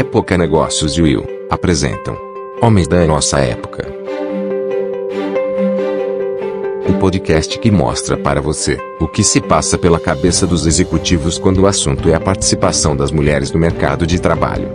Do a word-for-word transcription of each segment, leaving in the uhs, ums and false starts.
Época Negócios e Will apresentam Homens da Nossa Época. Um podcast que mostra para você o que se passa pela cabeça dos executivos quando o assunto é a participação das mulheres no mercado de trabalho.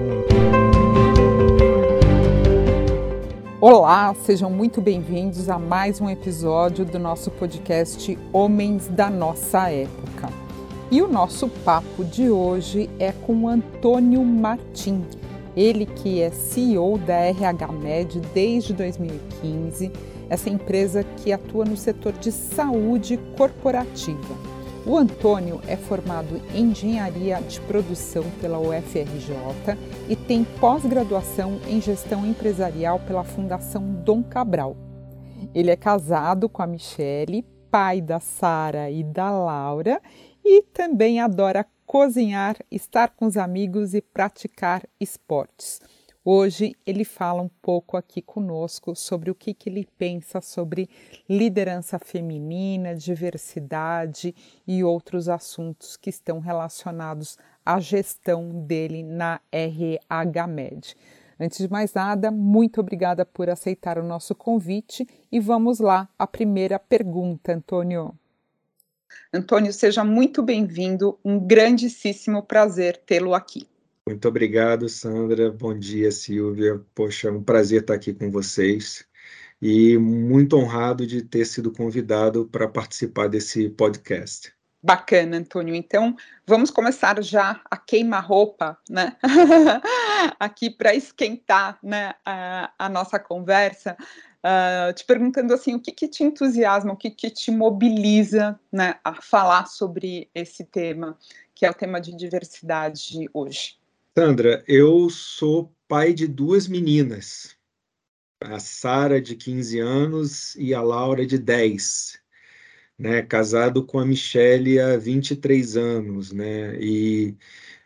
Olá, sejam muito bem-vindos a mais um episódio do nosso podcast Homens da Nossa Época. E o nosso papo de hoje é com Antônio Martim, ele que é C E O da R H Med desde dois mil e quinze, essa empresa que atua no setor de saúde corporativa. O Antônio é formado em Engenharia de Produção pela U F R J e tem pós-graduação em Gestão Empresarial pela Fundação Dom Cabral. Ele é casado com a Michele, pai da Sara e da Laura, e também adora cozinhar, estar com os amigos e praticar esportes. Hoje ele fala um pouco aqui conosco sobre o que, que ele pensa sobre liderança feminina, diversidade e outros assuntos que estão relacionados à gestão dele na R H Med. Antes de mais nada, muito obrigada por aceitar o nosso convite e vamos lá à primeira pergunta, Antônio. Antônio, seja muito bem-vindo, um grandíssimo prazer tê-lo aqui. Muito obrigado, Sandra. Bom dia, Silvia. Poxa, é um prazer estar aqui com vocês e muito honrado de ter sido convidado para participar desse podcast. Bacana, Antônio. Então, vamos começar já a queima-roupa, né? Aqui para esquentar, né, a, a nossa conversa, uh, te perguntando assim, o que, que te entusiasma, o que, que te mobiliza, né, a falar sobre esse tema, que é o tema de diversidade hoje. Sandra, eu sou pai de duas meninas, a Sara de quinze anos e a Laura de dez. Né, casado com a Michele há vinte e três anos, né, e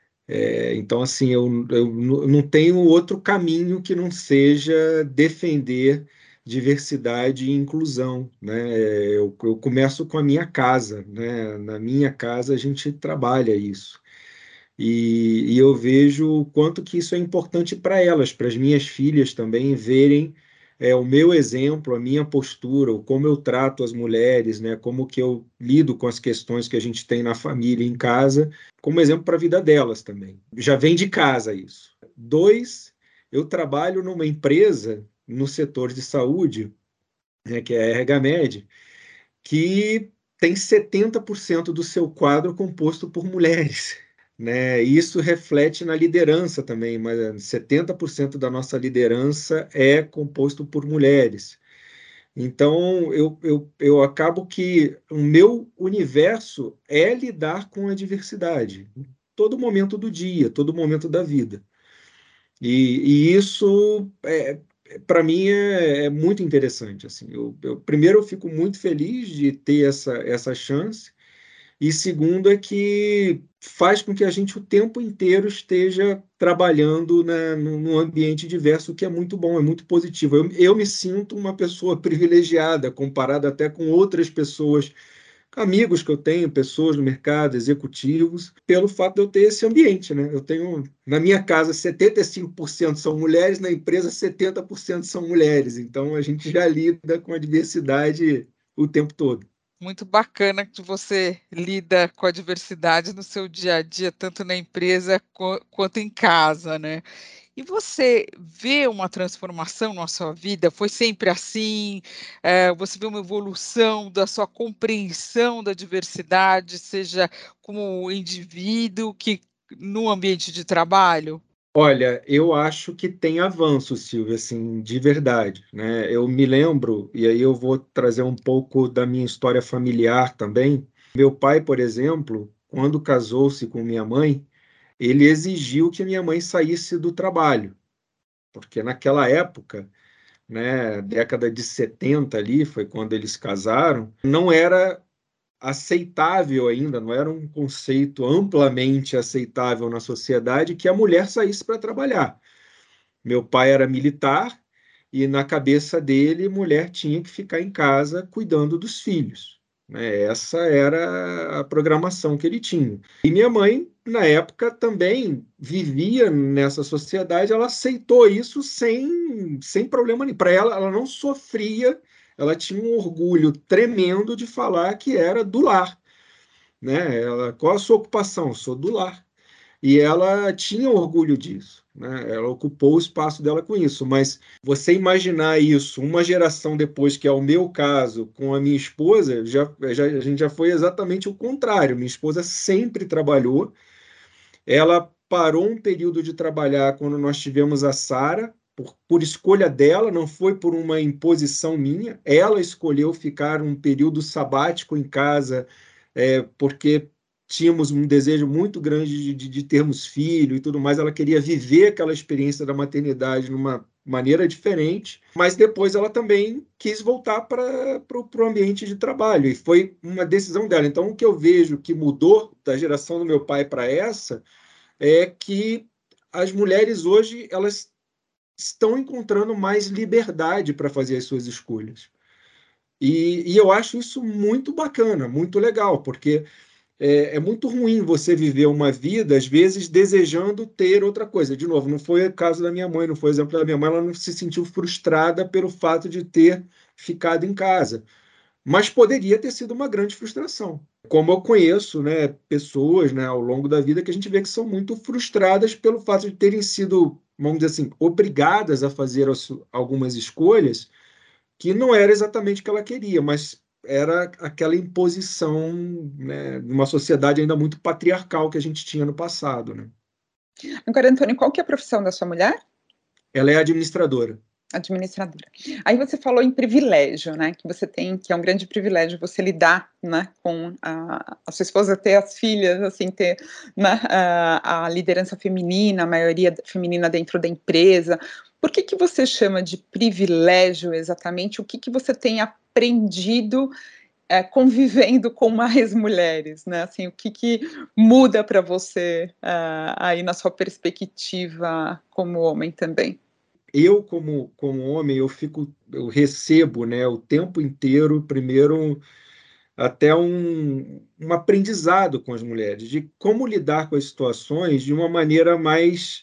é, então assim, eu, eu não tenho outro caminho que não seja defender diversidade e inclusão, né, eu, eu começo com a minha casa, né, na minha casa a gente trabalha isso, e, e eu vejo o quanto que isso é importante para elas, para as minhas filhas também verem é, o meu exemplo, a minha postura, o como eu trato as mulheres, né, como que eu lido com as questões que a gente tem na família, em casa, como exemplo para a vida delas também. Já vem de casa isso. Dois, eu trabalho numa empresa no setor de saúde, né, que é a R H Med, que tem setenta por cento do seu quadro composto por mulheres. Né? Isso reflete na liderança também, mas setenta por cento da nossa liderança é composto por mulheres. Então, eu, eu, eu acabo que o meu universo é lidar com a diversidade, em todo momento do dia, todo momento da vida. E, e isso, é, para mim, é, é muito interessante. Assim. Eu, eu, primeiro, eu fico muito feliz de ter essa, essa chance, e segundo é que faz com que a gente o tempo inteiro esteja trabalhando, né, num ambiente diverso, que é muito bom, é muito positivo. Eu, eu me sinto uma pessoa privilegiada, comparada até com outras pessoas, amigos que eu tenho, pessoas no mercado, executivos, pelo fato de eu ter esse ambiente. Né? Eu tenho, na minha casa, setenta e cinco por cento são mulheres, na empresa, setenta por cento são mulheres. Então, a gente já lida com a diversidade o tempo todo. Muito bacana que você lida com a diversidade no seu dia a dia, tanto na empresa qu- quanto em casa, né? E você vê uma transformação na sua vida? Foi sempre assim? É, você vê uma evolução da sua compreensão da diversidade, seja como indivíduo que no ambiente de trabalho? Olha, eu acho que tem avanço, Silvia, assim, de verdade, né? Eu me lembro, e aí eu vou trazer um pouco da minha história familiar também. Meu pai, por exemplo, quando casou-se com minha mãe, ele exigiu que minha mãe saísse do trabalho, porque naquela época, né, década de setenta ali, foi quando eles casaram, não era aceitável ainda, não era um conceito amplamente aceitável na sociedade que a mulher saísse para trabalhar. Meu pai era militar e na cabeça dele, mulher tinha que ficar em casa cuidando dos filhos. Né? Essa era a programação que ele tinha. E minha mãe na época, também vivia nessa sociedade, ela aceitou isso sem, sem problema nenhum. Para ela, ela não sofria, ela tinha um orgulho tremendo de falar que era do lar, né? Ela, qual a sua ocupação? Sou do lar. E ela tinha orgulho disso, né? Ela ocupou o espaço dela com isso. Mas você imaginar isso uma geração depois, que é o meu caso, com a minha esposa, já, já, a gente já foi exatamente o contrário. Minha esposa sempre trabalhou. Ela parou um período de trabalhar quando nós tivemos a Sara, por, por escolha dela, não foi por uma imposição minha. Ela escolheu ficar um período sabático em casa, é, porque tínhamos um desejo muito grande de, de, de termos filho e tudo mais. Ela queria viver aquela experiência da maternidade numa maneira diferente, mas depois ela também quis voltar para o ambiente de trabalho, e foi uma decisão dela. Então, o que eu vejo que mudou da geração do meu pai para essa é que as mulheres hoje elas estão encontrando mais liberdade para fazer as suas escolhas. E, e eu acho isso muito bacana, muito legal, porque é, é muito ruim você viver uma vida, às vezes, desejando ter outra coisa. De novo, não foi o caso da minha mãe, não foi o exemplo da minha mãe, ela não se sentiu frustrada pelo fato de ter ficado em casa. Mas poderia ter sido uma grande frustração. Como eu conheço, né, pessoas, né, ao longo da vida que a gente vê que são muito frustradas pelo fato de terem sido, vamos dizer assim, obrigadas a fazer algumas escolhas que não era exatamente o que ela queria, mas era aquela imposição, né, de uma sociedade ainda muito patriarcal que a gente tinha no passado, né? Agora, Antônio, qual que é a profissão da sua mulher? Ela é administradora. Administradora. Aí você falou em privilégio, né, que você tem, que é um grande privilégio você lidar, né, com a, a sua esposa, ter as filhas, assim, ter, né, a, a liderança feminina, a maioria feminina dentro da empresa. Por que que você chama de privilégio exatamente? O que que você tem aprendido é, convivendo com mais mulheres, né? Assim, o que que muda para você uh, aí na sua perspectiva como homem também? Eu, como, como homem, eu fico, eu recebo, né, o tempo inteiro, primeiro, até um, um aprendizado com as mulheres, de como lidar com as situações de uma maneira mais,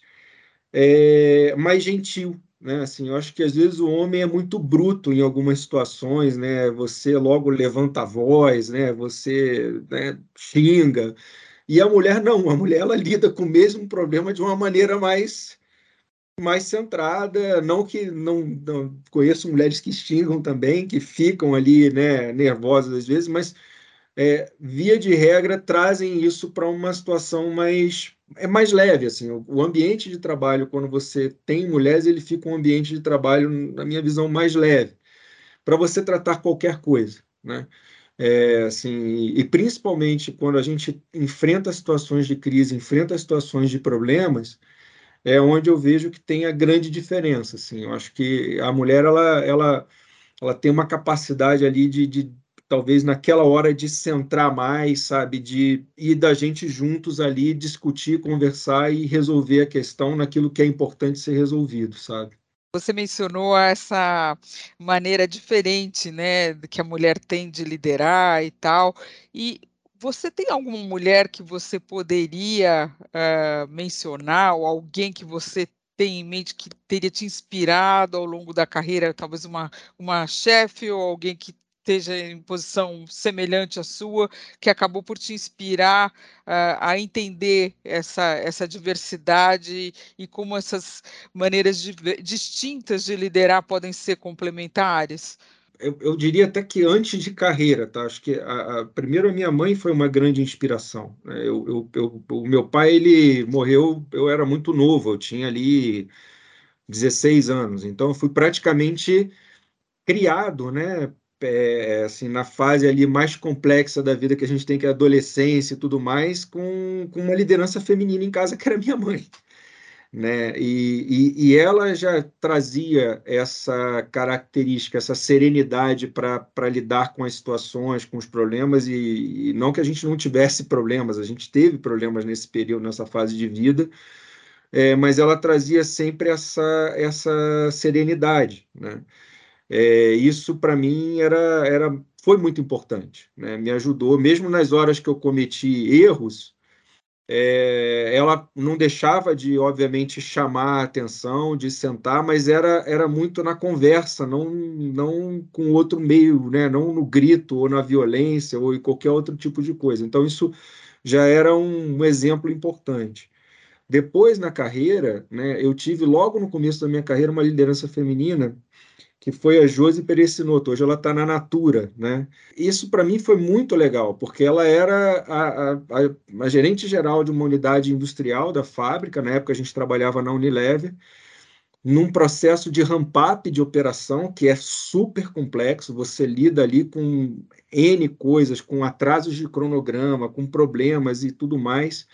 é, mais gentil, né? Assim, eu acho que às vezes o homem é muito bruto em algumas situações, né? Você logo levanta a voz, né? Você, né, xinga. E a mulher não, a mulher ela lida com o mesmo problema de uma maneira mais mais centrada, não que não, não conheço mulheres que xingam também, que ficam ali, né, nervosas às vezes, mas é, via de regra trazem isso para uma situação mais é mais leve, assim. O, o ambiente de trabalho, quando você tem mulheres, ele fica um ambiente de trabalho, na minha visão, mais leve para você tratar qualquer coisa, né? É, assim, e principalmente quando a gente enfrenta situações de crise, enfrenta situações de problemas, é onde eu vejo que tem a grande diferença, assim. Eu acho que a mulher, ela, ela, ela tem uma capacidade ali de, de, talvez naquela hora, de centrar mais, sabe? De ir da gente juntos ali, discutir, conversar e resolver a questão naquilo que é importante ser resolvido, sabe? Você mencionou essa maneira diferente, né, que a mulher tem de liderar e tal, e você tem alguma mulher que você poderia, hã, mencionar, ou alguém que você tem em mente que teria te inspirado ao longo da carreira, talvez uma uma chefe ou alguém que esteja em posição semelhante à sua, que acabou por te inspirar, hã, a entender essa essa diversidade e como essas maneiras dive distintas de liderar podem ser complementares? Eu, eu diria até que antes de carreira, tá? Acho que a, a- primeiro a minha mãe foi uma grande inspiração, né? Eu, eu, eu- o meu pai, ele morreu, eu era muito novo, eu tinha ali dezesseis anos, então eu fui praticamente criado, né? É, assim, na fase ali mais complexa da vida que a gente tem, que é a adolescência e tudo mais, com, com uma liderança feminina em casa, que era minha mãe, né? E, e, e ela já trazia essa característica, essa serenidade para para lidar com as situações, com os problemas, e, e não que a gente não tivesse problemas, a gente teve problemas nesse período, nessa fase de vida, é, mas ela trazia sempre essa, essa serenidade, né? É, isso para mim era, era, foi muito importante, né? Me ajudou, mesmo nas horas que eu cometi erros, É, ela não deixava de, obviamente, chamar a atenção, de sentar, mas era, era muito na conversa, não, não com outro meio, né? Não no grito, ou na violência, ou em qualquer outro tipo de coisa. Então, isso já era um, um exemplo importante. Depois, na carreira, né, eu tive, logo no começo da minha carreira, uma liderança feminina, que foi a Josi Perecinoto. Hoje ela está na Natura, né? Isso para mim foi muito legal, porque ela era a, a, a, a gerente geral de uma unidade industrial da fábrica. Na época a gente trabalhava na Unilever, num processo de ramp-up de operação que é super complexo. Você lida ali com N coisas, com atrasos de cronograma, com problemas e tudo mais.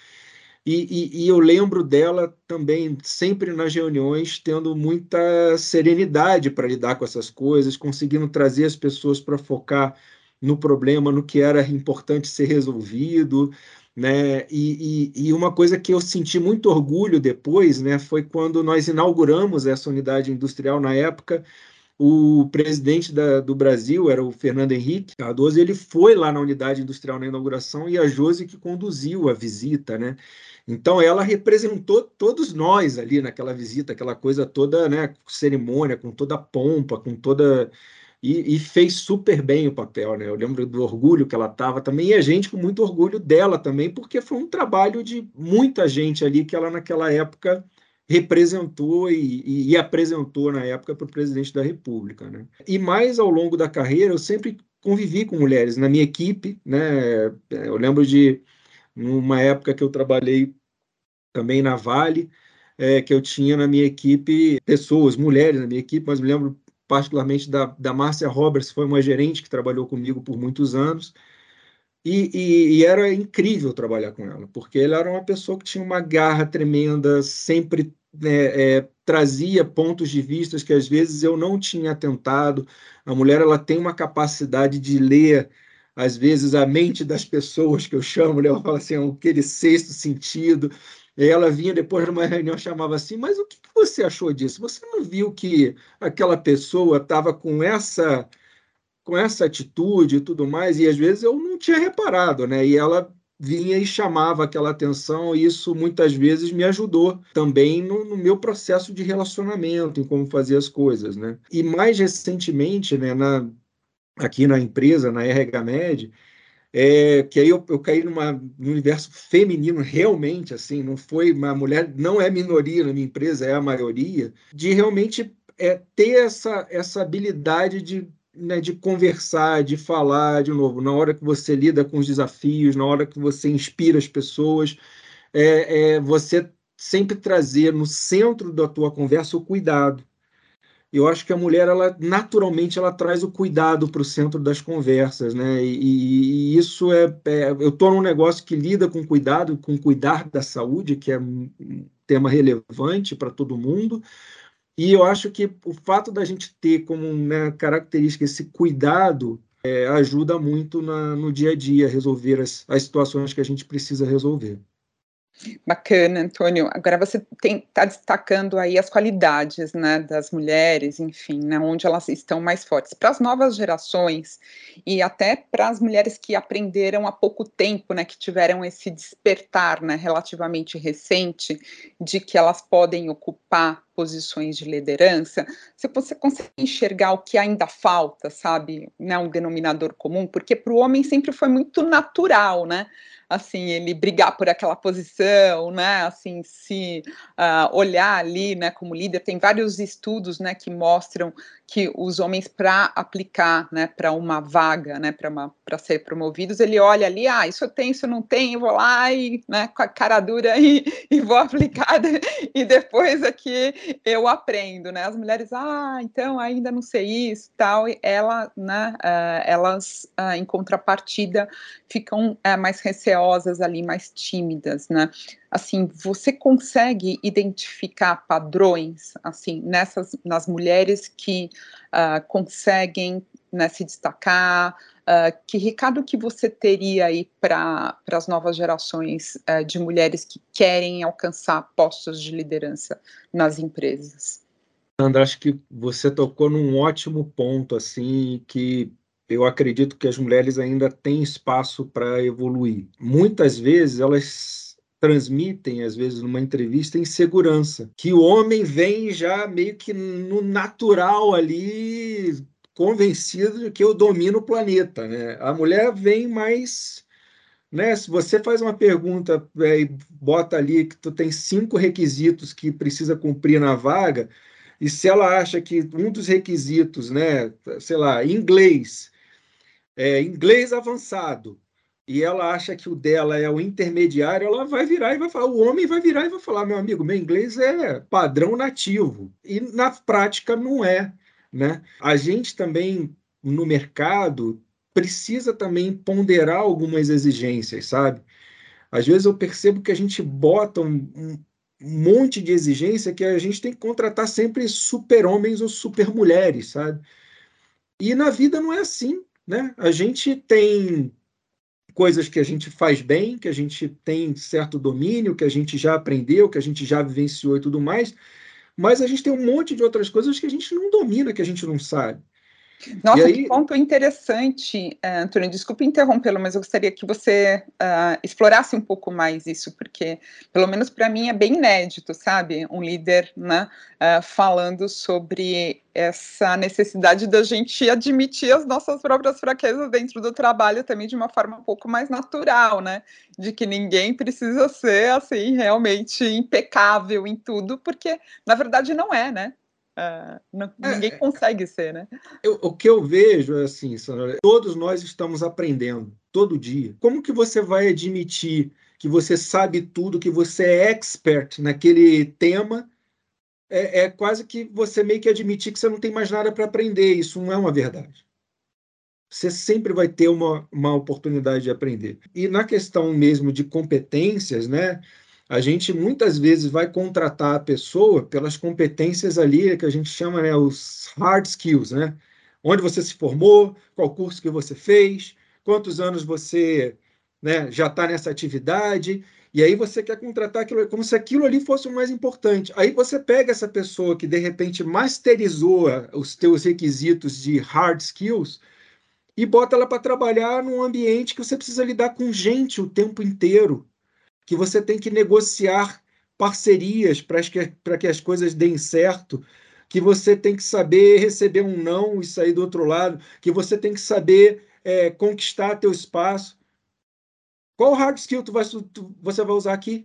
E, e, e eu lembro dela também, sempre nas reuniões, tendo muita serenidade para lidar com essas coisas, conseguindo trazer as pessoas para focar no problema, no que era importante ser resolvido, né? E, e, e uma coisa que eu senti muito orgulho depois, né, foi quando nós inauguramos essa unidade industrial na época. O presidente da, do Brasil era o Fernando Henrique Cardoso. Ele foi lá na unidade industrial na inauguração, e a Josi que conduziu a visita, né? Então ela representou todos nós ali naquela visita, aquela coisa toda, né, com cerimônia, com toda a pompa, com toda e, e fez super bem o papel, né? Eu lembro do orgulho que ela estava também, e a gente com muito orgulho dela também, porque foi um trabalho de muita gente ali que ela naquela época representou e, e, e apresentou na época para o presidente da República, né? E mais ao longo da carreira eu sempre convivi com mulheres na minha equipe, né? Eu lembro de numa época que eu trabalhei também na Vale, é, que eu tinha na minha equipe pessoas, mulheres na minha equipe, mas me lembro particularmente da, da Márcia Roberts, que foi uma gerente que trabalhou comigo por muitos anos. E, e, e era incrível trabalhar com ela, porque ela era uma pessoa que tinha uma garra tremenda, sempre, né, é, trazia pontos de vista que às vezes eu não tinha atentado. A mulher, ela tem uma capacidade de ler, às vezes, a mente das pessoas, que eu chamo, né? Eu falo assim, aquele sexto sentido. E ela vinha depois de uma reunião, chamava assim: mas o que que você achou disso? Você não viu que aquela pessoa estava com essa com essa atitude e tudo mais? E às vezes eu não tinha reparado, né? E ela vinha e chamava aquela atenção, e isso muitas vezes me ajudou também no, no meu processo de relacionamento, em como fazer as coisas, né? E mais recentemente, né, na, aqui na empresa, na R H Med, é, que aí eu, eu caí numa, num universo feminino realmente, assim, não foi uma mulher, não é minoria na minha empresa, é a maioria, de realmente é, ter essa, essa habilidade de, né, de conversar, de falar, de novo, na hora que você lida com os desafios, na hora que você inspira as pessoas, é, é você sempre trazer no centro da tua conversa o cuidado. Eu acho que a mulher, ela naturalmente, ela traz o cuidado para o centro das conversas, né? E, e isso é, é eu estou num negócio que lida com cuidado, com cuidar da saúde, que é um tema relevante para todo mundo. E eu acho que o fato da gente ter como, né, característica esse cuidado é, ajuda muito na, no dia a dia, resolver as, as situações que a gente precisa resolver. Bacana, Antônio. Agora você está destacando aí as qualidades, né, das mulheres, enfim, né, onde elas estão mais fortes. Para as novas gerações e até para as mulheres que aprenderam há pouco tempo, né, que tiveram esse despertar, né, relativamente recente, de que elas podem ocupar posições de liderança, se você consegue enxergar o que ainda falta, sabe, né, um denominador comum, porque para o homem sempre foi muito natural, né, assim, ele brigar por aquela posição, né, assim, se uh, olhar ali, né, como líder. Tem vários estudos, né, que mostram que os homens, para aplicar, né, para uma vaga, né, para ser promovidos, ele olha ali, ah, isso eu tenho, isso eu não tenho, eu vou lá e, né, com a cara dura e, e vou aplicar, e depois aqui eu aprendo, né, as mulheres, ah, então ainda não sei isso, tal, e ela, né, uh, elas, uh, em contrapartida, ficam uh, mais receosas ali, mais tímidas, né, assim, você consegue identificar padrões, assim, nessas, nas mulheres que uh, conseguem, né, se destacar? Uh, que recado que você teria aí para as novas gerações uh, de mulheres que querem alcançar postos de liderança nas empresas? Sandra, acho que você tocou num ótimo ponto, assim, que eu acredito que as mulheres ainda têm espaço para evoluir. Muitas vezes elas transmitem, às vezes, numa entrevista, insegurança. Que o homem vem já meio que no natural ali, convencido de que eu domino o planeta, né? A mulher vem mais... Né? Se você faz uma pergunta é, e bota ali que tu tem cinco requisitos que precisa cumprir na vaga, e se ela acha que um dos requisitos, né, sei lá, inglês, é, inglês avançado, e ela acha que o dela é o intermediário, ela vai virar e vai falar, o homem vai virar e vai falar, meu amigo, meu inglês é padrão nativo. E na prática não é, né? A gente também, no mercado, precisa também ponderar algumas exigências, sabe? Às vezes eu percebo que a gente bota um, um monte de exigência que a gente tem que contratar sempre super-homens ou super-mulheres, sabe? E na vida não é assim, né? A gente tem coisas que a gente faz bem, que a gente tem certo domínio, que a gente já aprendeu, que a gente já vivenciou e tudo mais, mas a gente tem um monte de outras coisas que a gente não domina, que a gente não sabe. E Nossa, que aí, ponto interessante, eh, Antônio. Desculpe interrompê-lo, mas eu gostaria que você uh, explorasse um pouco mais isso, porque, pelo menos para mim, é bem inédito, sabe? Um líder, né, uh, falando sobre essa necessidade da gente admitir as nossas próprias fraquezas dentro do trabalho também de uma forma um pouco mais natural, né? De que ninguém precisa ser, assim, realmente impecável em tudo, porque, na verdade, não é, né? Uh, não, ninguém é, consegue ser, né? eu, o que eu vejo é assim, Sandra, todos nós estamos aprendendo, todo dia. Como que você vai admitir que você sabe tudo, que você é expert naquele tema? É, é quase que você meio que admitir que você não tem mais nada para aprender. Isso não é uma verdade. Você sempre vai ter uma, uma oportunidade de aprender. E na questão mesmo de competências, né? A gente muitas vezes vai contratar a pessoa pelas competências ali que a gente chama, né, os hard skills, né? Onde você se formou, qual curso que você fez, quantos anos você, né, já está nessa atividade, e aí você quer contratar aquilo como se aquilo ali fosse o mais importante. Aí você pega essa pessoa que de repente masterizou os teus requisitos de hard skills e bota ela para trabalhar num ambiente que você precisa lidar com gente o tempo inteiro, que você tem que negociar parcerias para que, para que as coisas deem certo, que você tem que saber receber um não e sair do outro lado, que você tem que saber é, conquistar teu espaço. Qual hard skill tu vai, tu, você vai usar aqui?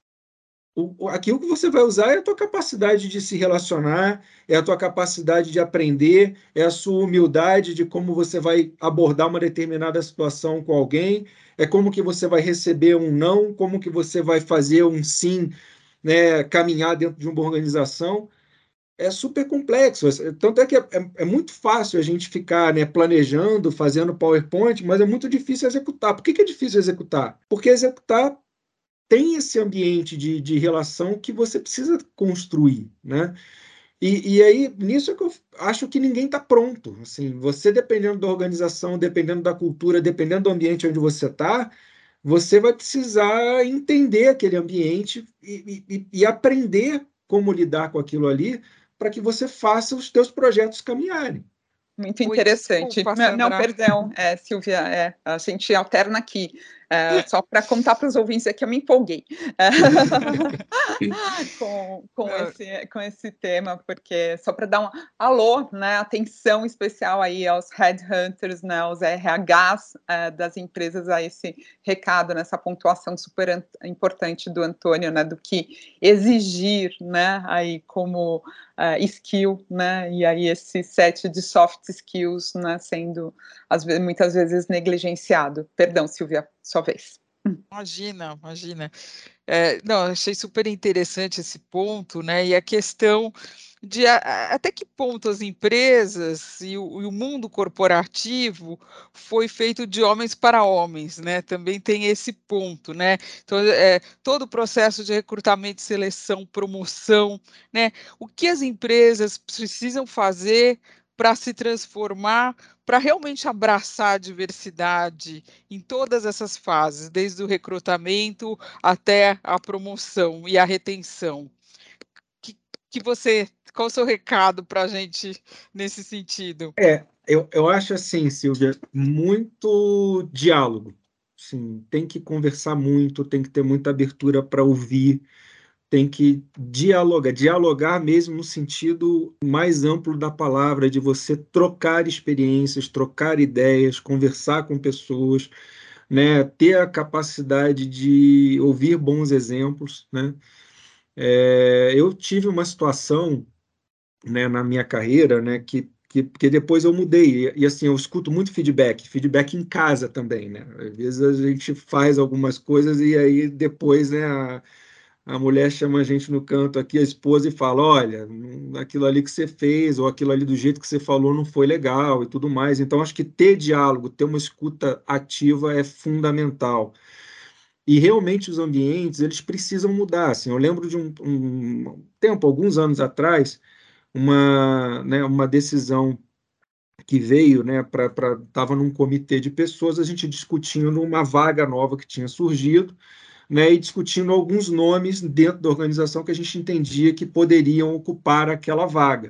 O, aqui o que você vai usar é a tua capacidade de se relacionar, é a tua capacidade de aprender, é a sua humildade de como você vai abordar uma determinada situação com alguém, é como que você vai receber um não, como que você vai fazer um sim, né, caminhar dentro de uma organização. É super complexo. Tanto é que é, é, é muito fácil a gente ficar, né, planejando, fazendo PowerPoint, mas é muito difícil executar. Por que que é difícil executar? Porque executar tem esse ambiente de, de relação que você precisa construir, né? E, e aí, nisso é que eu acho que ninguém está pronto. Assim, você, dependendo da organização, dependendo da cultura, dependendo do ambiente onde você está, você vai precisar entender aquele ambiente e, e, e aprender como lidar com aquilo ali para que você faça os teus projetos caminharem. Muito Oi, interessante. desculpa, Não, não, Sandra. perdão, é, Silvia, é, a gente alterna aqui. É, só para contar para os ouvintes é que eu me empolguei é, com, com, Não, esse, com esse tema, porque só para dar um alô, né, atenção especial aí aos headhunters, né, aos R Hs é, das empresas, a esse recado, nessa pontuação super importante do Antônio, né, do que exigir, né, aí como uh, skill, né, e aí esse set de soft skills, né, sendo às vezes, muitas vezes negligenciado. Perdão, Silvia, sua vez. imagina, imagina. É, não, achei super interessante esse ponto, né? E a questão de a, a, até que ponto as empresas e o, e o mundo corporativo foi feito de homens para homens, né? Também tem esse ponto, né? Então, é, todo o processo de recrutamento, seleção, promoção, né? O que as empresas precisam fazer para se transformar, para realmente abraçar a diversidade em todas essas fases, desde o recrutamento até a promoção e a retenção. Que, que você, qual o seu recado para a gente nesse sentido? É, eu, eu acho assim, Silvia, muito diálogo, Sim, tem que conversar muito, tem que ter muita abertura para ouvir, tem que dialogar, dialogar mesmo no sentido mais amplo da palavra, de você trocar experiências, trocar ideias, conversar com pessoas, né? Ter a capacidade de ouvir bons exemplos, né? É, eu tive uma situação, né, na minha carreira, né, que, que, que depois eu mudei, e, e assim, eu escuto muito feedback, feedback em casa também, né? Às vezes a gente faz algumas coisas e aí depois, né, a, a mulher chama a gente no canto aqui, a esposa, e fala: olha, hum, aquilo ali que você fez, ou aquilo ali do jeito que você falou não foi legal e tudo mais. Então, acho que ter diálogo, ter uma escuta ativa é fundamental. E realmente os ambientes, eles precisam mudar. Assim, eu lembro de um, um tempo, alguns anos atrás, uma, né, uma decisão que veio, né, para estava num comitê de pessoas, a gente discutindo uma vaga nova que tinha surgido, né, e discutindo alguns nomes dentro da organização que a gente entendia que poderiam ocupar aquela vaga.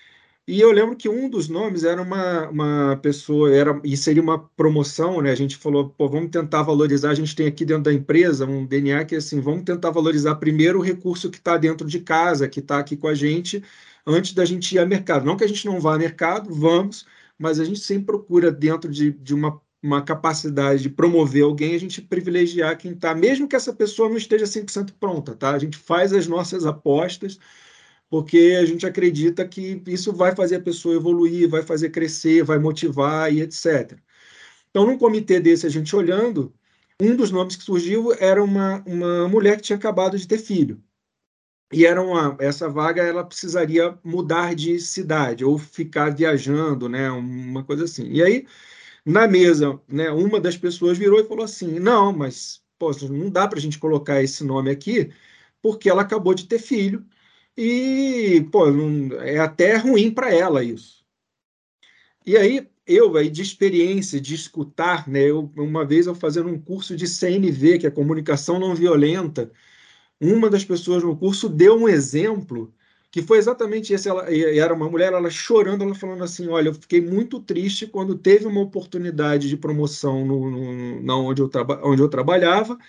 E eu lembro que um dos nomes era uma, uma pessoa, era, e seria uma promoção, né? A gente falou, pô, vamos tentar valorizar, a gente tem aqui dentro da empresa um D N A que é assim, vamos tentar valorizar primeiro o recurso que está dentro de casa, que está aqui com a gente, antes da gente ir ao mercado. Não que a gente não vá ao mercado, vamos, mas a gente sempre procura, dentro de, de uma, uma capacidade de promover alguém, a gente privilegiar quem está, mesmo que essa pessoa não esteja cem por cento pronta, tá? A gente faz as nossas apostas, porque a gente acredita que isso vai fazer a pessoa evoluir, vai fazer crescer, vai motivar e etcétera. Então, num comitê desse, a gente olhando, um dos nomes que surgiu era uma, uma mulher que tinha acabado de ter filho. E era uma, essa vaga ela precisaria mudar de cidade ou ficar viajando, né, uma coisa assim. E aí, na mesa, né, uma das pessoas virou e falou assim: não, mas pô, não dá para a gente colocar esse nome aqui, porque ela acabou de ter filho e, pô, não, é até ruim para ela isso. E aí, eu, aí, de experiência, de escutar, né, eu, uma vez eu fazendo um curso de C N V, que é Comunicação Não Violenta, uma das pessoas no curso deu um exemplo que foi exatamente esse. Ela era uma mulher, ela chorando, ela falando assim: olha, eu fiquei muito triste quando teve uma oportunidade de promoção no, no, na onde eu, traba, onde eu trabalhava,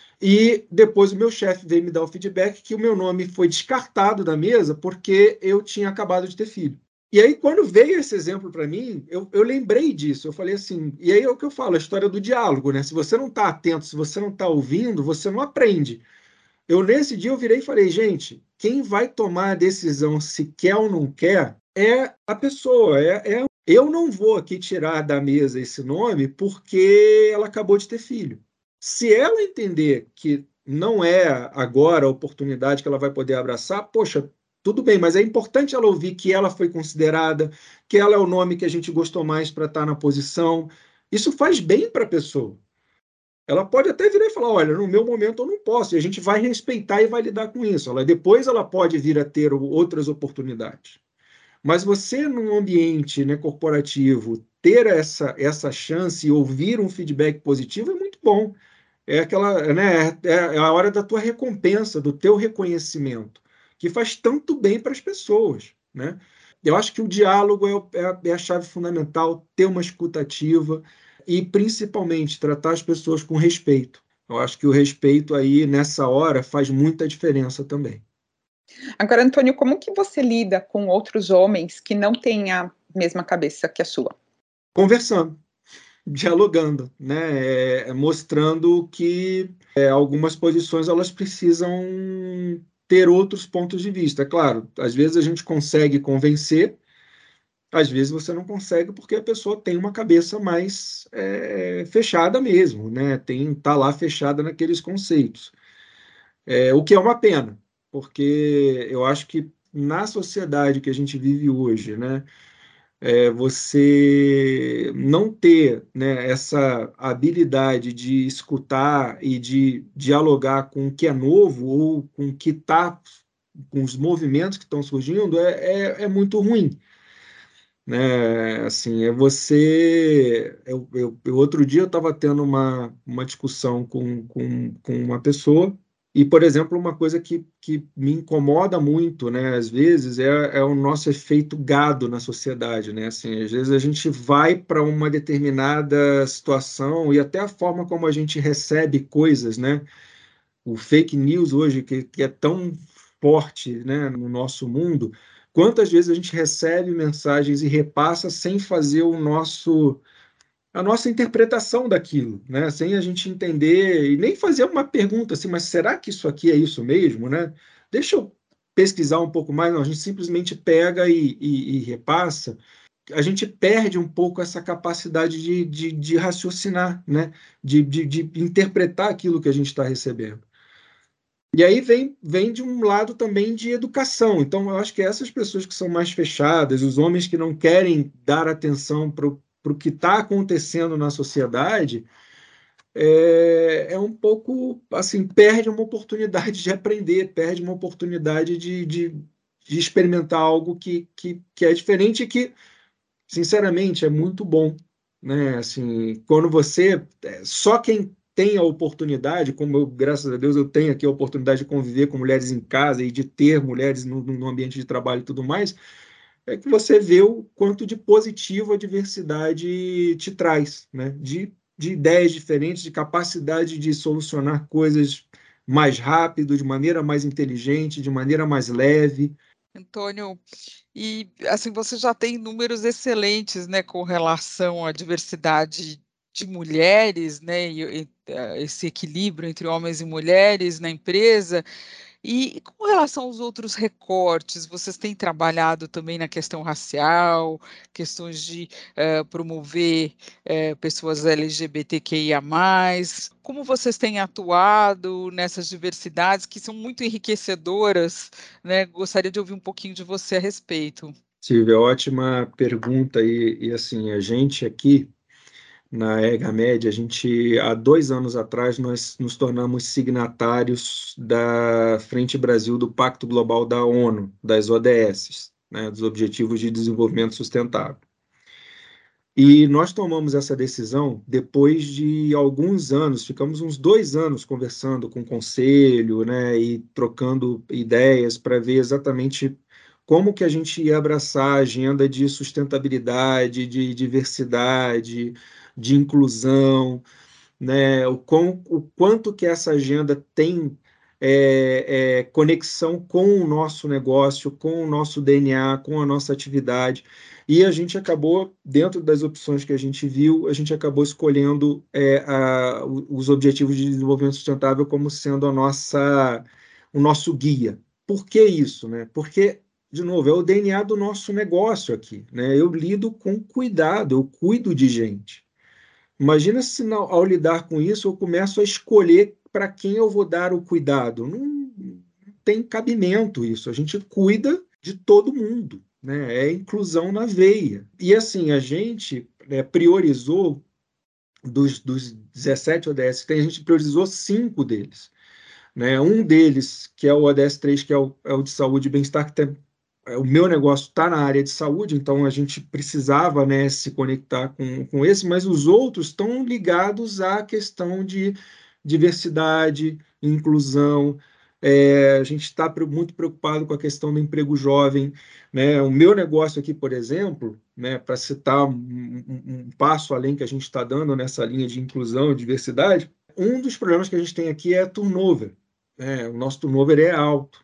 e depois o meu chefe veio me dar o feedback que o meu nome foi descartado da mesa porque eu tinha acabado de ter filho. E aí, quando veio esse exemplo para mim, eu, eu lembrei disso. Eu falei assim, e aí é o que eu falo, a história do diálogo, né? Se você não está atento, se você não está ouvindo, você não aprende. Eu, nesse dia, eu virei e falei, gente, quem vai tomar a decisão se quer ou não quer é a pessoa. É, é... Eu não vou aqui tirar da mesa esse nome porque ela acabou de ter filho. Se ela entender que não é agora a oportunidade que ela vai poder abraçar, poxa, tudo bem, mas é importante ela ouvir que ela foi considerada, que ela é o nome que a gente gostou mais para estar na posição. Isso faz bem para a pessoa. Ela pode até virar e falar: olha, no meu momento eu não posso, e a gente vai respeitar e vai lidar com isso. Ela, depois ela pode vir a ter outras oportunidades. Mas você, num ambiente, né, corporativo, ter essa, essa chance e ouvir um feedback positivo é muito bom. É aquela, né, é a hora da tua recompensa, do teu reconhecimento, que faz tanto bem para as pessoas, né? Eu acho que o diálogo é, é, a, é a chave fundamental, ter uma escuta ativa e, principalmente, tratar as pessoas com respeito. Eu acho que o respeito aí, nessa hora, faz muita diferença também. Agora, Antônio, como que você lida com outros homens que não têm a mesma cabeça que a sua? Conversando, dialogando, né? É, mostrando que é, algumas posições elas precisam ter outros pontos de vista. É claro, às vezes a gente consegue convencer, às vezes você não consegue porque a pessoa tem uma cabeça mais é, fechada mesmo, né? Tem, tá lá fechada naqueles conceitos. É, o que é uma pena, porque eu acho que na sociedade que a gente vive hoje, né? É, você não ter, né, essa habilidade de escutar e de dialogar com o que é novo ou com o que está, com os movimentos que estão surgindo, é, é, é muito ruim. Né? Assim, é você. Eu, eu, eu outro dia eu estava tendo uma, uma discussão com, com, com uma pessoa, E, por exemplo, uma coisa que, que me incomoda muito, né, às vezes, é, é o nosso efeito gado na sociedade, né? Assim, às vezes a gente vai para uma determinada situação e até a forma como a gente recebe coisas, né? O fake news hoje, que, que é tão forte, né, no nosso mundo, quantas vezes a gente recebe mensagens e repassa sem fazer o nosso a nossa interpretação daquilo, né? Sem a gente entender e nem fazer uma pergunta assim, mas será que isso aqui é isso mesmo, né? Deixa eu pesquisar um pouco mais. Não, a gente simplesmente pega e, e, e repassa. A gente perde um pouco essa capacidade de, de, de raciocinar, né? De, de, de interpretar aquilo que a gente está recebendo. E aí vem, vem de um lado também de educação. Então, eu acho que essas pessoas que são mais fechadas, os homens que não querem dar atenção para o que está acontecendo na sociedade, é, é um pouco assim, perde uma oportunidade de aprender, perde uma oportunidade de, de, de experimentar algo que, que, que é diferente e que, sinceramente, é muito bom, né? Assim, quando você, é, só quem tem a oportunidade, como eu, graças a Deus, eu tenho aqui a oportunidade de conviver com mulheres em casa e de ter mulheres no, no ambiente de trabalho e tudo mais, é que você vê o quanto de positivo a diversidade te traz, né? De, de ideias diferentes, de capacidade de solucionar coisas mais rápido, de maneira mais inteligente, de maneira mais leve. Antônio, e assim, você já tem números excelentes, né, com relação à diversidade de mulheres, né, e, e, eh, esse equilíbrio entre homens e mulheres na empresa. E com relação aos outros recortes, vocês têm trabalhado também na questão racial, questões de eh, promover eh, pessoas L G B T Q I A mais? Como vocês têm atuado nessas diversidades que são muito enriquecedoras, né? Gostaria de ouvir um pouquinho de você a respeito. Silvia, ótima pergunta. E, e assim, a gente aqui na EGAMED, a gente, há dois anos atrás, nós nos tornamos signatários da Frente Brasil do Pacto Global da ONU, das O D S, né, dos Objetivos de Desenvolvimento Sustentável. E nós tomamos essa decisão depois de alguns anos, ficamos uns dois anos conversando com o conselho, né, e trocando ideias para ver exatamente como que a gente ia abraçar a agenda de sustentabilidade, de diversidade, de inclusão, né, o, quão, o quanto que essa agenda tem é, é, conexão com o nosso negócio, com o nosso D N A, com a nossa atividade. E a gente acabou, dentro das opções que a gente viu, a gente acabou escolhendo é, a, os Objetivos de Desenvolvimento Sustentável como sendo a nossa, o nosso guia. Por que isso, né? Porque, de novo, é o D N A do nosso negócio aqui, né? Eu lido com cuidado, eu cuido de gente. Imagina se ao lidar com isso eu começo a escolher para quem eu vou dar o cuidado. Não, não tem cabimento isso. A gente cuida de todo mundo, né? É inclusão na veia. E assim, a gente né, priorizou dos, dos dezessete O D S que tem, a gente priorizou cinco deles. Né? Um deles, que é o O D S três, que é o, é o de saúde e bem-estar, que tem, é, o meu negócio está na área de saúde, então a gente precisava né, se conectar com, com esse, mas os outros estão ligados à questão de diversidade, inclusão. É, a gente está muito preocupado com a questão do emprego jovem. Né? O meu negócio aqui, por exemplo, né, para citar um, um, um passo além que a gente está dando nessa linha de inclusão e diversidade, um dos problemas que a gente tem aqui é turnover. Né? O nosso turnover é alto.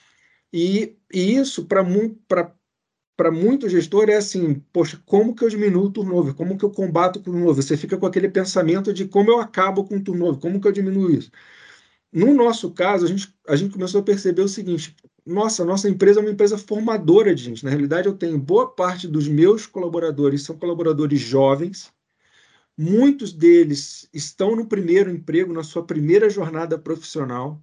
E, e isso, para muito, para muito gestor, é assim: poxa, como que eu diminuo o turnover? Como que eu combato o turnover? Você fica com aquele pensamento de como eu acabo com o turnover, como que eu diminuo isso? No nosso caso, a gente, a gente começou a perceber o seguinte: nossa, a nossa empresa é uma empresa formadora de gente. Na realidade, eu tenho boa parte dos meus colaboradores, são colaboradores jovens, muitos deles estão no primeiro emprego, na sua primeira jornada profissional.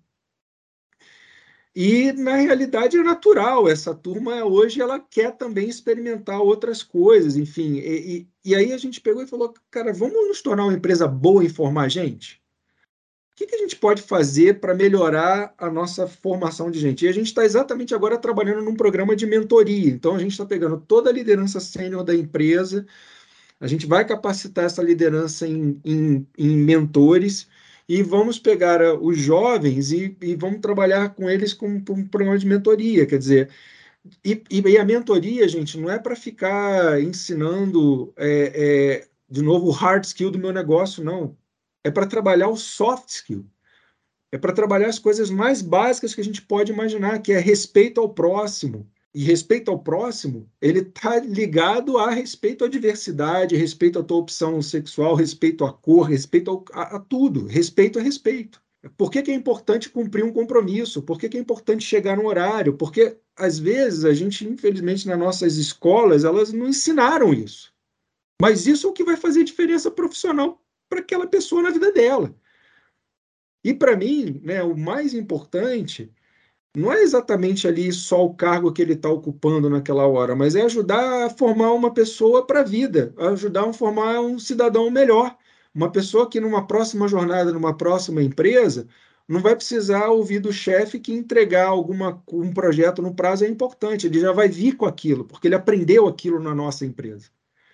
E, na realidade, é natural. Essa turma, hoje, ela quer também experimentar outras coisas, enfim. E, e, e aí a gente pegou e falou, cara, vamos nos tornar uma empresa boa em formar gente? O que, que a gente pode fazer para melhorar a nossa formação de gente? E a gente está exatamente agora trabalhando num programa de mentoria. Então, a gente está pegando toda a liderança sênior da empresa, a gente vai capacitar essa liderança em, em, em mentores, e vamos pegar uh, os jovens e, e vamos trabalhar com eles com, com um programa de mentoria, quer dizer, e, e a mentoria, gente, não é para ficar ensinando, é, é, de novo, o hard skill do meu negócio, não. É para trabalhar o soft skill. É para trabalhar as coisas mais básicas que a gente pode imaginar, que é respeito ao próximo. E respeito ao próximo, ele está ligado a respeito à diversidade, respeito à tua opção sexual, respeito à cor, respeito ao, a, a tudo. Respeito é respeito. Por que, que é importante cumprir um compromisso? Por que, que é importante chegar no horário? Porque, às vezes, a gente, infelizmente, nas nossas escolas, elas não ensinaram isso. Mas isso é o que vai fazer diferença profissional para aquela pessoa na vida dela. E, para mim, né, o mais importante não é exatamente ali só o cargo que ele está ocupando naquela hora, mas é ajudar a formar uma pessoa para a vida, ajudar a formar um cidadão melhor. Uma pessoa que numa próxima jornada, numa próxima empresa, não vai precisar ouvir do chefe que entregar alguma, um projeto no prazo é importante, ele já vai vir com aquilo, porque ele aprendeu aquilo na nossa empresa.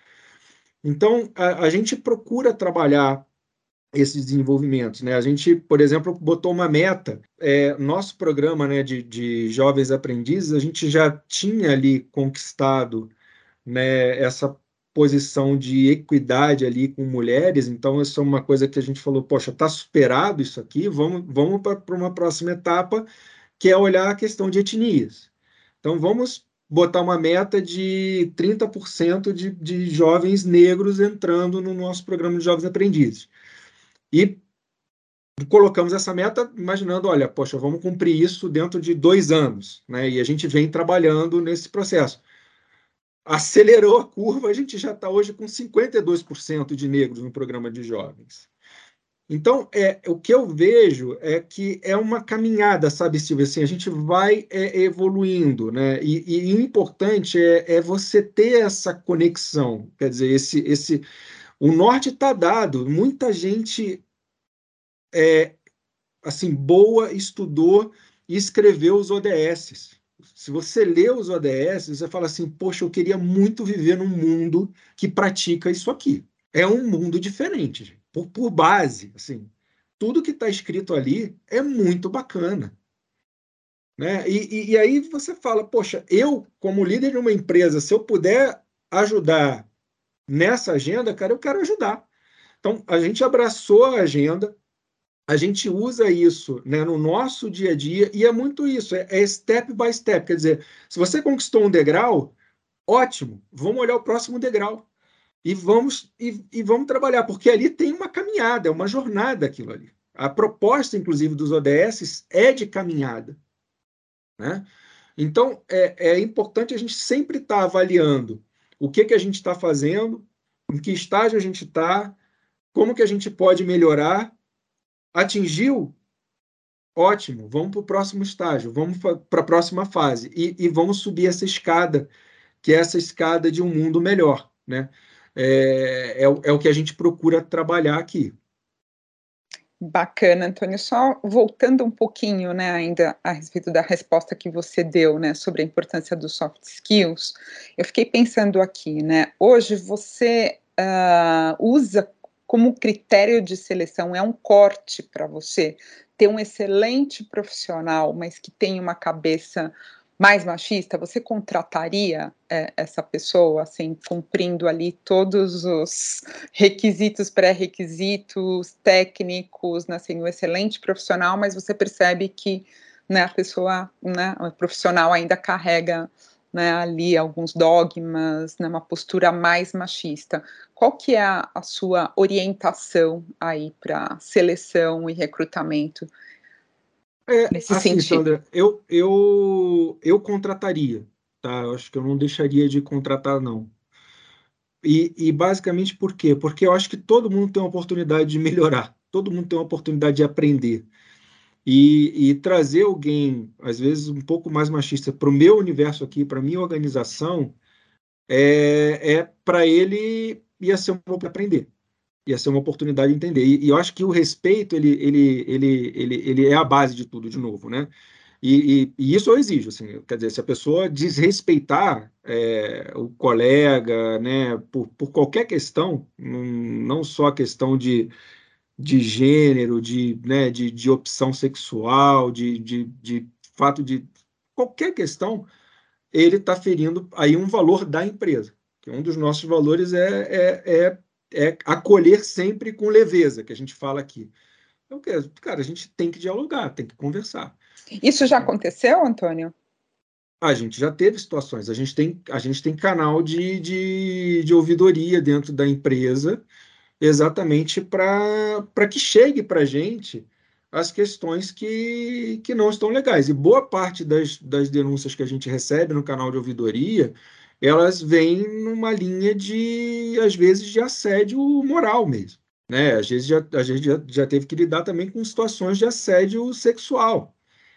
Então, a, a gente procura trabalhar esses desenvolvimentos, né? A gente, por exemplo, botou uma meta. É, nosso programa, né, de, de jovens aprendizes, a gente já tinha ali conquistado, né, essa posição de equidade ali com mulheres. Então, isso é uma coisa que a gente falou, poxa, está superado isso aqui, vamos, vamos para uma próxima etapa, que é olhar a questão de etnias. Então, vamos botar uma meta de trinta por cento de, de jovens negros entrando no nosso programa de jovens aprendizes. E colocamos essa meta imaginando, olha, poxa, vamos cumprir isso dentro de dois anos, né? E a gente vem trabalhando nesse processo. Acelerou a curva, a gente já está hoje com cinquenta e dois por cento de negros no programa de jovens. Então, é, o que eu vejo é que é uma caminhada, sabe, Silvia? Assim, a gente vai é, evoluindo, né? E, e o importante é, é você ter essa conexão, quer dizer, esse, esse, o norte está dado, muita gente é, assim, boa, estudou e escreveu os O D S. Se você lê os O D S, você fala assim, poxa, eu queria muito viver num mundo que pratica isso aqui. É um mundo diferente, gente. Por, por base, assim, tudo que está escrito ali é muito bacana. Né? E, e, e aí você fala, poxa, eu, como líder de uma empresa, se eu puder ajudar nessa agenda, cara, eu quero ajudar. Então, a gente abraçou a agenda, a gente usa isso, né, no nosso dia a dia, e é muito isso, é, é step by step. Quer dizer, se você conquistou um degrau, ótimo, vamos olhar o próximo degrau e vamos, e, e vamos trabalhar, porque ali tem uma caminhada, é uma jornada aquilo ali. A proposta, inclusive, dos O D S é de caminhada. Né? Então, é, é importante a gente sempre estar tá avaliando o que, que a gente está fazendo, em que estágio a gente está, como que a gente pode melhorar. Atingiu? Ótimo, vamos para o próximo estágio, vamos para a próxima fase e, e vamos subir essa escada, que é essa escada de um mundo melhor, né? É, é, é o que a gente procura trabalhar aqui. Bacana, Antônio. Só voltando um pouquinho, né, ainda a respeito da resposta que você deu, né, sobre a importância dos soft skills, eu fiquei pensando aqui, né, hoje você uh, usa como critério de seleção, é um corte para você ter um excelente profissional, mas que tem uma cabeça mais machista, você contrataria é, essa pessoa, assim, cumprindo ali todos os requisitos, pré-requisitos, técnicos, né, assim, um excelente profissional, mas você percebe que, né, a pessoa, né, o profissional ainda carrega, né, ali alguns dogmas, né, uma postura mais machista. Qual que é a, a sua orientação aí para seleção e recrutamento? É, Nesse assim, sentido. Sandra, eu, eu, eu contrataria, tá? Eu acho que eu não deixaria de contratar, não. E, e basicamente por quê? Porque eu acho que todo mundo tem uma oportunidade de melhorar, todo mundo tem uma oportunidade de aprender. E, e trazer alguém, às vezes, um pouco mais machista para o meu universo aqui, para a minha organização, é, é para ele ia ser um pouco aprender, ia ser uma oportunidade de entender. E, e eu acho que o respeito, ele, ele, ele, ele, ele é a base de tudo, de novo, né? E, e, e isso eu exijo, assim, quer dizer, se a pessoa desrespeitar é, o colega, né, por, por qualquer questão, não, não só a questão de, de gênero, de, né, de, de opção sexual, de, de, de fato de qualquer questão, ele está ferindo aí um valor da empresa. Que um dos nossos valores é, é, é, é acolher sempre com leveza, que a gente fala aqui. Então, cara, a gente tem que dialogar, tem que conversar. Isso já aconteceu, Antônio? A gente já teve situações. A gente tem, a gente tem canal de, de, de ouvidoria dentro da empresa, exatamente para para que chegue para a gente as questões que, que não estão legais. E boa parte das, das denúncias que a gente recebe no canal de ouvidoria, elas vêm numa linha de, às vezes, de assédio moral mesmo. Né? Às vezes já, a gente já, já teve que lidar também com situações de assédio sexual.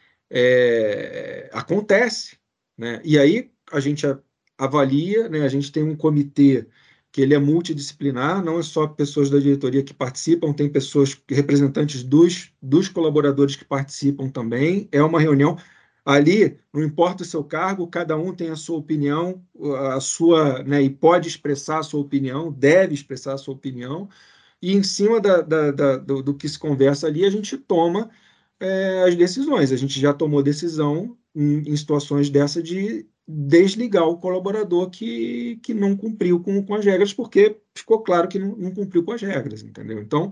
É, acontece, né? E aí a gente avalia, né? A gente tem um comitê que ele é multidisciplinar, não é só pessoas da diretoria que participam, tem pessoas, representantes dos, dos colaboradores que participam também. É uma reunião ali, não importa o seu cargo, cada um tem a sua opinião, a sua, né? E pode expressar a sua opinião, deve expressar a sua opinião, e em cima da, da, da, do, do que se conversa ali, a gente toma é, as decisões. A gente já tomou decisão em, em situações dessa de desligar o colaborador que, que não cumpriu com, com as regras, porque ficou claro que não, não cumpriu com as regras, entendeu? Então,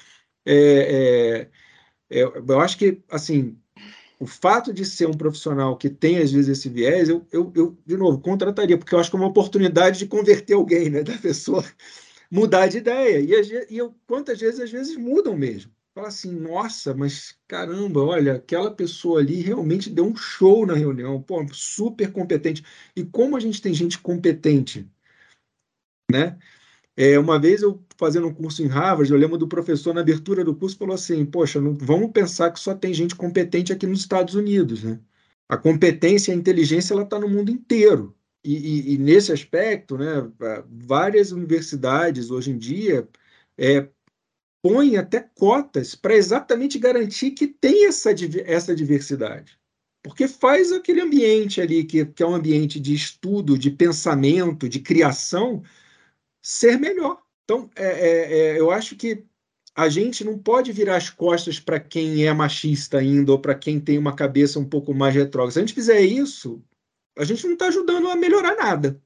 é, é, é, eu acho que, assim, o fato de ser um profissional que tem, às vezes, esse viés, eu, eu, eu de novo, contrataria, porque eu acho que é uma oportunidade de converter alguém, né, da pessoa mudar de ideia. E, e eu, quantas vezes, às vezes, mudam mesmo. Fala assim, nossa, mas caramba, olha, aquela pessoa ali realmente deu um show na reunião, pô, super competente. E como a gente tem gente competente, né? É, uma vez eu fazendo um curso em Harvard, eu lembro do professor na abertura do curso falou assim, poxa, não, vamos pensar que só tem gente competente aqui nos Estados Unidos, né? A competência e a inteligência ela está no mundo inteiro. E, e, e nesse aspecto, né, várias universidades hoje em dia é, põem até cotas para exatamente garantir que tem essa, essa diversidade. Porque faz aquele ambiente ali, que, que é um ambiente de estudo, de pensamento, de criação, ser melhor. Então, é, é, é, eu acho que a gente não pode virar as costas para quem é machista ainda, ou para quem tem uma cabeça um pouco mais retrógrada. Se a gente fizer isso, a gente não está ajudando a melhorar nada.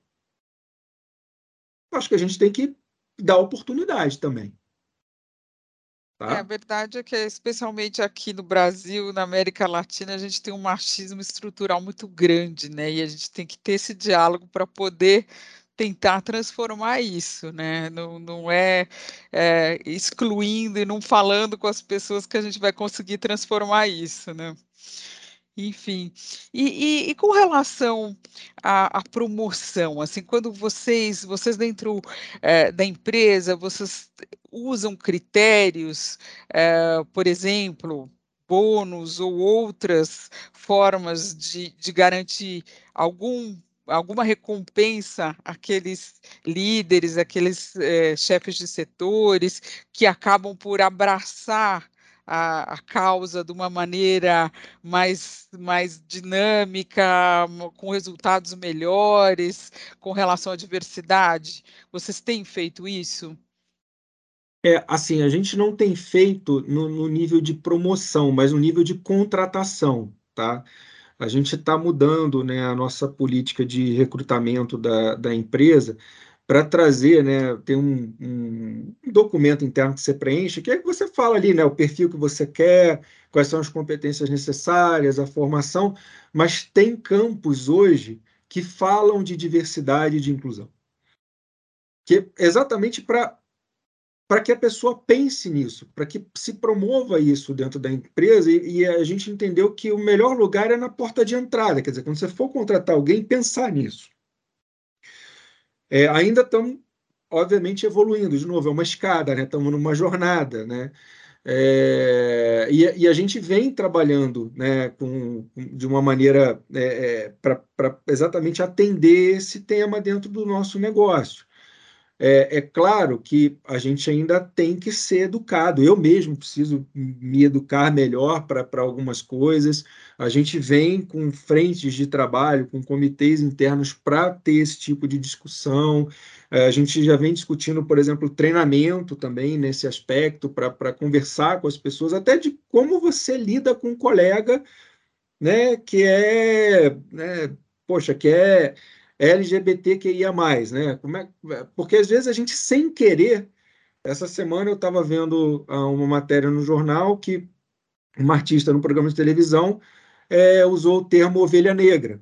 Eu acho que a gente tem que dar oportunidade também. É, a Tá? verdade é que, especialmente aqui no Brasil, na América Latina, a gente tem um machismo estrutural muito grande, né? E a gente tem que ter esse diálogo para poder tentar transformar isso, né? Não, não é, é excluindo e não falando com as pessoas que a gente vai conseguir transformar isso, né? Enfim, e, e, e com relação à, à promoção, assim, quando vocês, vocês dentro eh, da empresa, vocês usam critérios, eh, por exemplo, bônus ou outras formas de, de garantir algum, alguma recompensa àqueles líderes, àqueles eh, chefes de setores que acabam por abraçar a, a causa de uma maneira mais, mais dinâmica, com resultados melhores, com relação à diversidade? Vocês têm feito isso? É, assim, a gente não tem feito no, no nível de promoção, mas no nível de contratação, tá? A gente está mudando, né, a nossa política de recrutamento da, da empresa para trazer, né, tem um, um documento interno que você preenche, que é que você fala ali, né, o perfil que você quer, quais são as competências necessárias, a formação, mas tem campos hoje que falam de diversidade e de inclusão, que é exatamente para para que a pessoa pense nisso, para que se promova isso dentro da empresa, e, e a gente entendeu que o melhor lugar é na porta de entrada, quer dizer, quando você for contratar alguém, pensar nisso. É, ainda estamos, obviamente, evoluindo, de novo, é uma escada, né? Estamos numa jornada, né? É, e, e a gente vem trabalhando, né, com, de uma maneira é, é, para exatamente atender esse tema dentro do nosso negócio. É, é claro que a gente ainda tem que ser educado. Eu mesmo preciso me educar melhor para algumas coisas. A gente vem com frentes de trabalho, com comitês internos para ter esse tipo de discussão. É, a gente já vem discutindo, por exemplo, treinamento também nesse aspecto, para conversar com as pessoas, até de como você lida com um colega, né, que é, né, poxa, que é L G B T Q I A mais, né? Como é, porque às vezes a gente, sem querer, essa semana eu estava vendo ah, uma matéria no jornal que uma artista no programa de televisão é, usou o termo ovelha negra.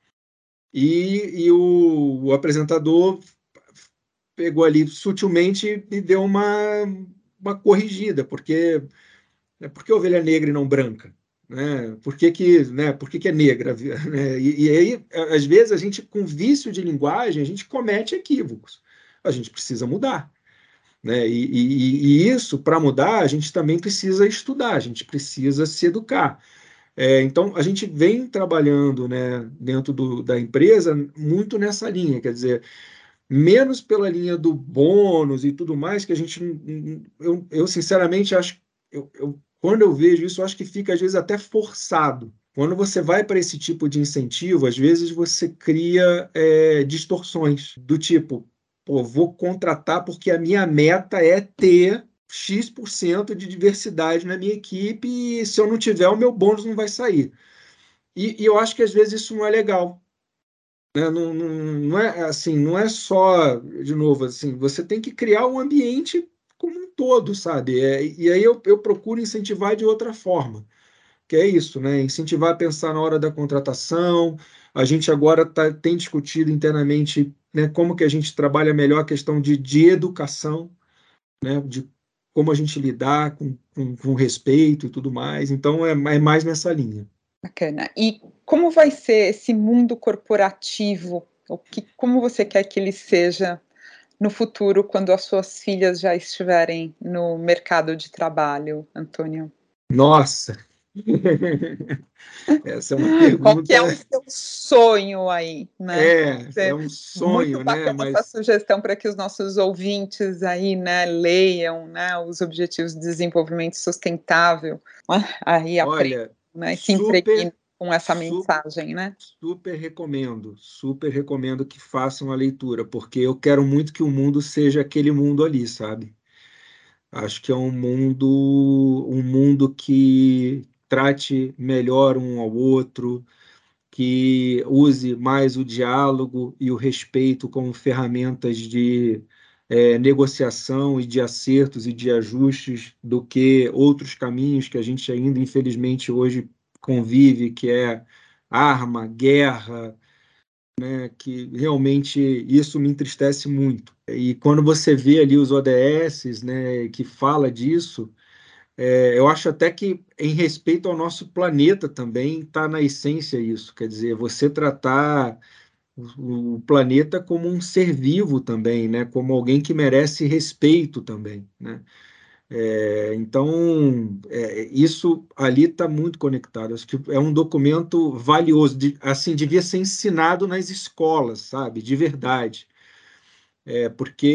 E, e o, o apresentador pegou ali sutilmente e deu uma, uma corrigida, porque né, por que ovelha negra e não branca? Né? Por que, que, né? Por que, que é negra? Né? E, e aí, às vezes, a gente, com vício de linguagem, a gente comete equívocos. A gente precisa mudar. Né? E, e, e isso, para mudar, a gente também precisa estudar, a gente precisa se educar. É, então, a gente vem trabalhando, né, dentro do, da empresa muito nessa linha, quer dizer, menos pela linha do bônus e tudo mais, que a gente, eu, eu sinceramente acho, eu, eu, quando eu vejo isso, eu acho que fica às vezes até forçado. Quando você vai para esse tipo de incentivo, às vezes você cria é, distorções do tipo, pô, vou contratar porque a minha meta é ter X% por cento de diversidade na minha equipe e se eu não tiver, o meu bônus não vai sair. E, e eu acho que às vezes isso não é legal. Né? Não, não, não é assim, não é só, de novo, assim, você tem que criar um ambiente como um todo, sabe? É, e aí eu, eu procuro incentivar de outra forma, que é isso, né? Incentivar a pensar na hora da contratação. A gente agora tá, tem discutido internamente, né, como que a gente trabalha melhor a questão de, de educação, né? De como a gente lidar com, com, com respeito e tudo mais. Então, é, é mais nessa linha. Bacana. E como vai ser esse mundo corporativo? O que, como você quer que ele seja no futuro, quando as suas filhas já estiverem no mercado de trabalho, Antônio? Nossa! Essa é uma Qual que pergunta. é o seu sonho aí, né? É, é É um muito sonho, né? bacana essa Mas sugestão para que os nossos ouvintes aí, né, leiam, né, os Objetivos de Desenvolvimento Sustentável, aí aprendam, olha, né, e se super, impregnam com essa su, mensagem, né? super recomendo, super recomendo que façam a leitura, porque eu quero muito que o mundo seja aquele mundo ali, sabe? Acho que é um mundo, um mundo que trate melhor um ao outro, que use mais o diálogo e o respeito como ferramentas de é, negociação e de acertos e de ajustes do que outros caminhos que a gente ainda, infelizmente, hoje convive, que é arma, guerra, né, que realmente isso me entristece muito. E quando você vê ali os O D S, né, que fala disso, é, eu acho até que, em respeito ao nosso planeta também, está na essência isso. Quer dizer, você tratar o, o planeta como um ser vivo também, né? Como alguém que merece respeito também, né? É, então, é, isso ali está muito conectado. Acho que é um documento valioso, de, assim, devia ser ensinado nas escolas, sabe? De verdade. É, porque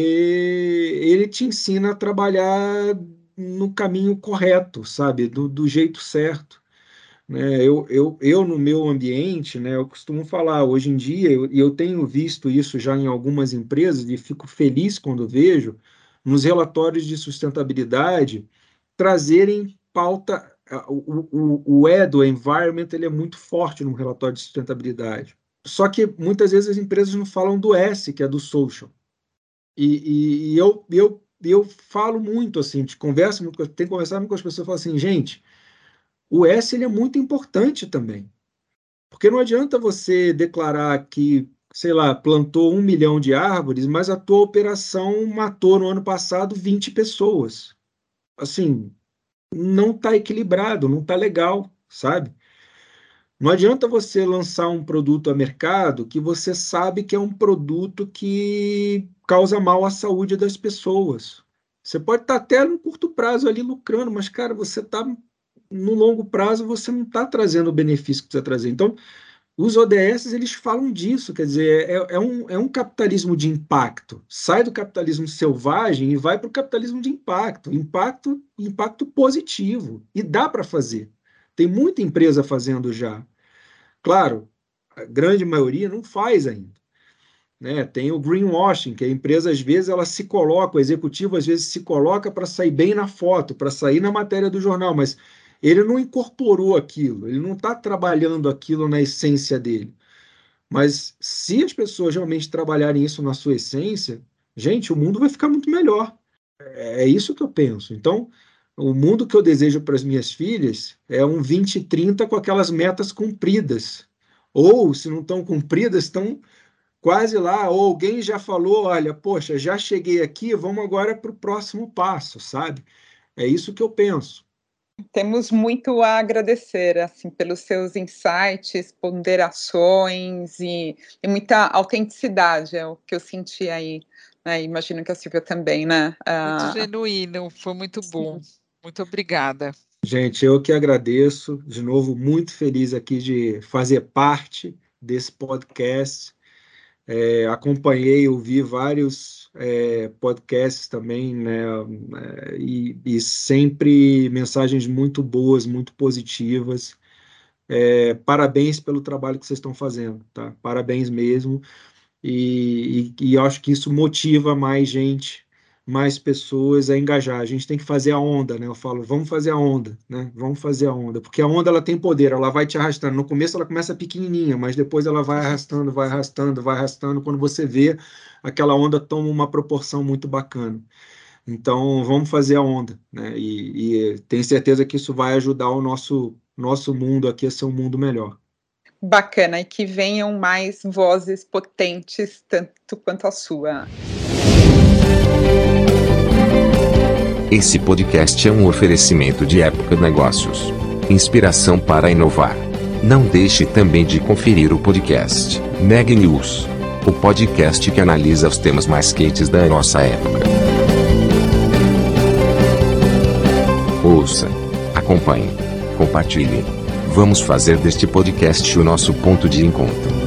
ele te ensina a trabalhar no caminho correto, sabe? Do, do jeito certo. Né? Eu, eu, eu, no meu ambiente, né, eu costumo falar, hoje em dia, e eu, eu tenho visto isso já em algumas empresas, e fico feliz quando vejo, nos relatórios de sustentabilidade, trazerem pauta, o, o, o E do Environment, ele é muito forte no relatório de sustentabilidade. Só que muitas vezes as empresas não falam do S, que é do social. E, e, e eu, eu, eu falo muito assim, de conversa muito, tenho conversado muito com as pessoas, eu falo assim, gente, o S ele é muito importante também. Porque não adianta você declarar que, sei lá, plantou um milhão de árvores, mas a tua operação matou no ano passado vinte pessoas. Assim, não está equilibrado, não está legal, sabe? Não adianta você lançar um produto a mercado que você sabe que é um produto que causa mal à saúde das pessoas. Você pode estar até no curto prazo ali lucrando, mas, cara, você está no longo prazo, você não está trazendo o benefício que precisa trazer. Então, os O D S, eles falam disso, quer dizer, é, é, um, é um capitalismo de impacto. Sai do capitalismo selvagem e vai para o capitalismo de impacto. Impacto, impacto positivo. E dá para fazer. Tem muita empresa fazendo já. Claro, a grande maioria não faz ainda. Né? Tem o greenwashing, que a empresa, às vezes, ela se coloca, o executivo, às vezes, se coloca para sair bem na foto, para sair na matéria do jornal, mas ele não incorporou aquilo, ele não está trabalhando aquilo na essência dele. Mas se as pessoas realmente trabalharem isso na sua essência, gente, o mundo vai ficar muito melhor. É isso que eu penso. Então, o mundo que eu desejo para as minhas filhas é um vinte e trinta com aquelas metas cumpridas. Ou, se não estão cumpridas, estão quase lá, ou alguém já falou, olha, poxa, já cheguei aqui, vamos agora para o próximo passo, sabe? É isso que eu penso. Temos muito a agradecer, assim, pelos seus insights, ponderações e, e muita autenticidade, é o que eu senti aí, né? Imagino que a Silvia também, né? Muito Ah, genuíno, foi muito bom. sim. Muito obrigada. Gente, eu que agradeço, de novo, muito feliz aqui de fazer parte desse podcast. É, acompanhei, ouvi vários é, podcasts também, né, é, e, e sempre mensagens muito boas, muito positivas. É, parabéns pelo trabalho que vocês estão fazendo, tá? Parabéns mesmo. E, e, e eu acho que isso motiva mais gente, mais pessoas a engajar. A gente tem que fazer a onda, né? Eu falo, vamos fazer a onda, né? Vamos fazer a onda, porque a onda ela tem poder, ela vai te arrastando. No começo ela começa pequenininha, mas depois ela vai arrastando, vai arrastando, vai arrastando. Quando você vê, aquela onda toma uma proporção muito bacana. Então, vamos fazer a onda, né? E, e tenho certeza que isso vai ajudar o nosso nosso mundo aqui a ser um mundo melhor. Bacana, e que venham mais vozes potentes, tanto quanto a sua. Esse podcast é um oferecimento de Época Negócios. Inspiração para inovar. Não deixe também de conferir o podcast Neg News, o podcast que analisa os temas mais quentes da nossa época. Ouça, acompanhe, compartilhe. Vamos fazer deste podcast o nosso ponto de encontro.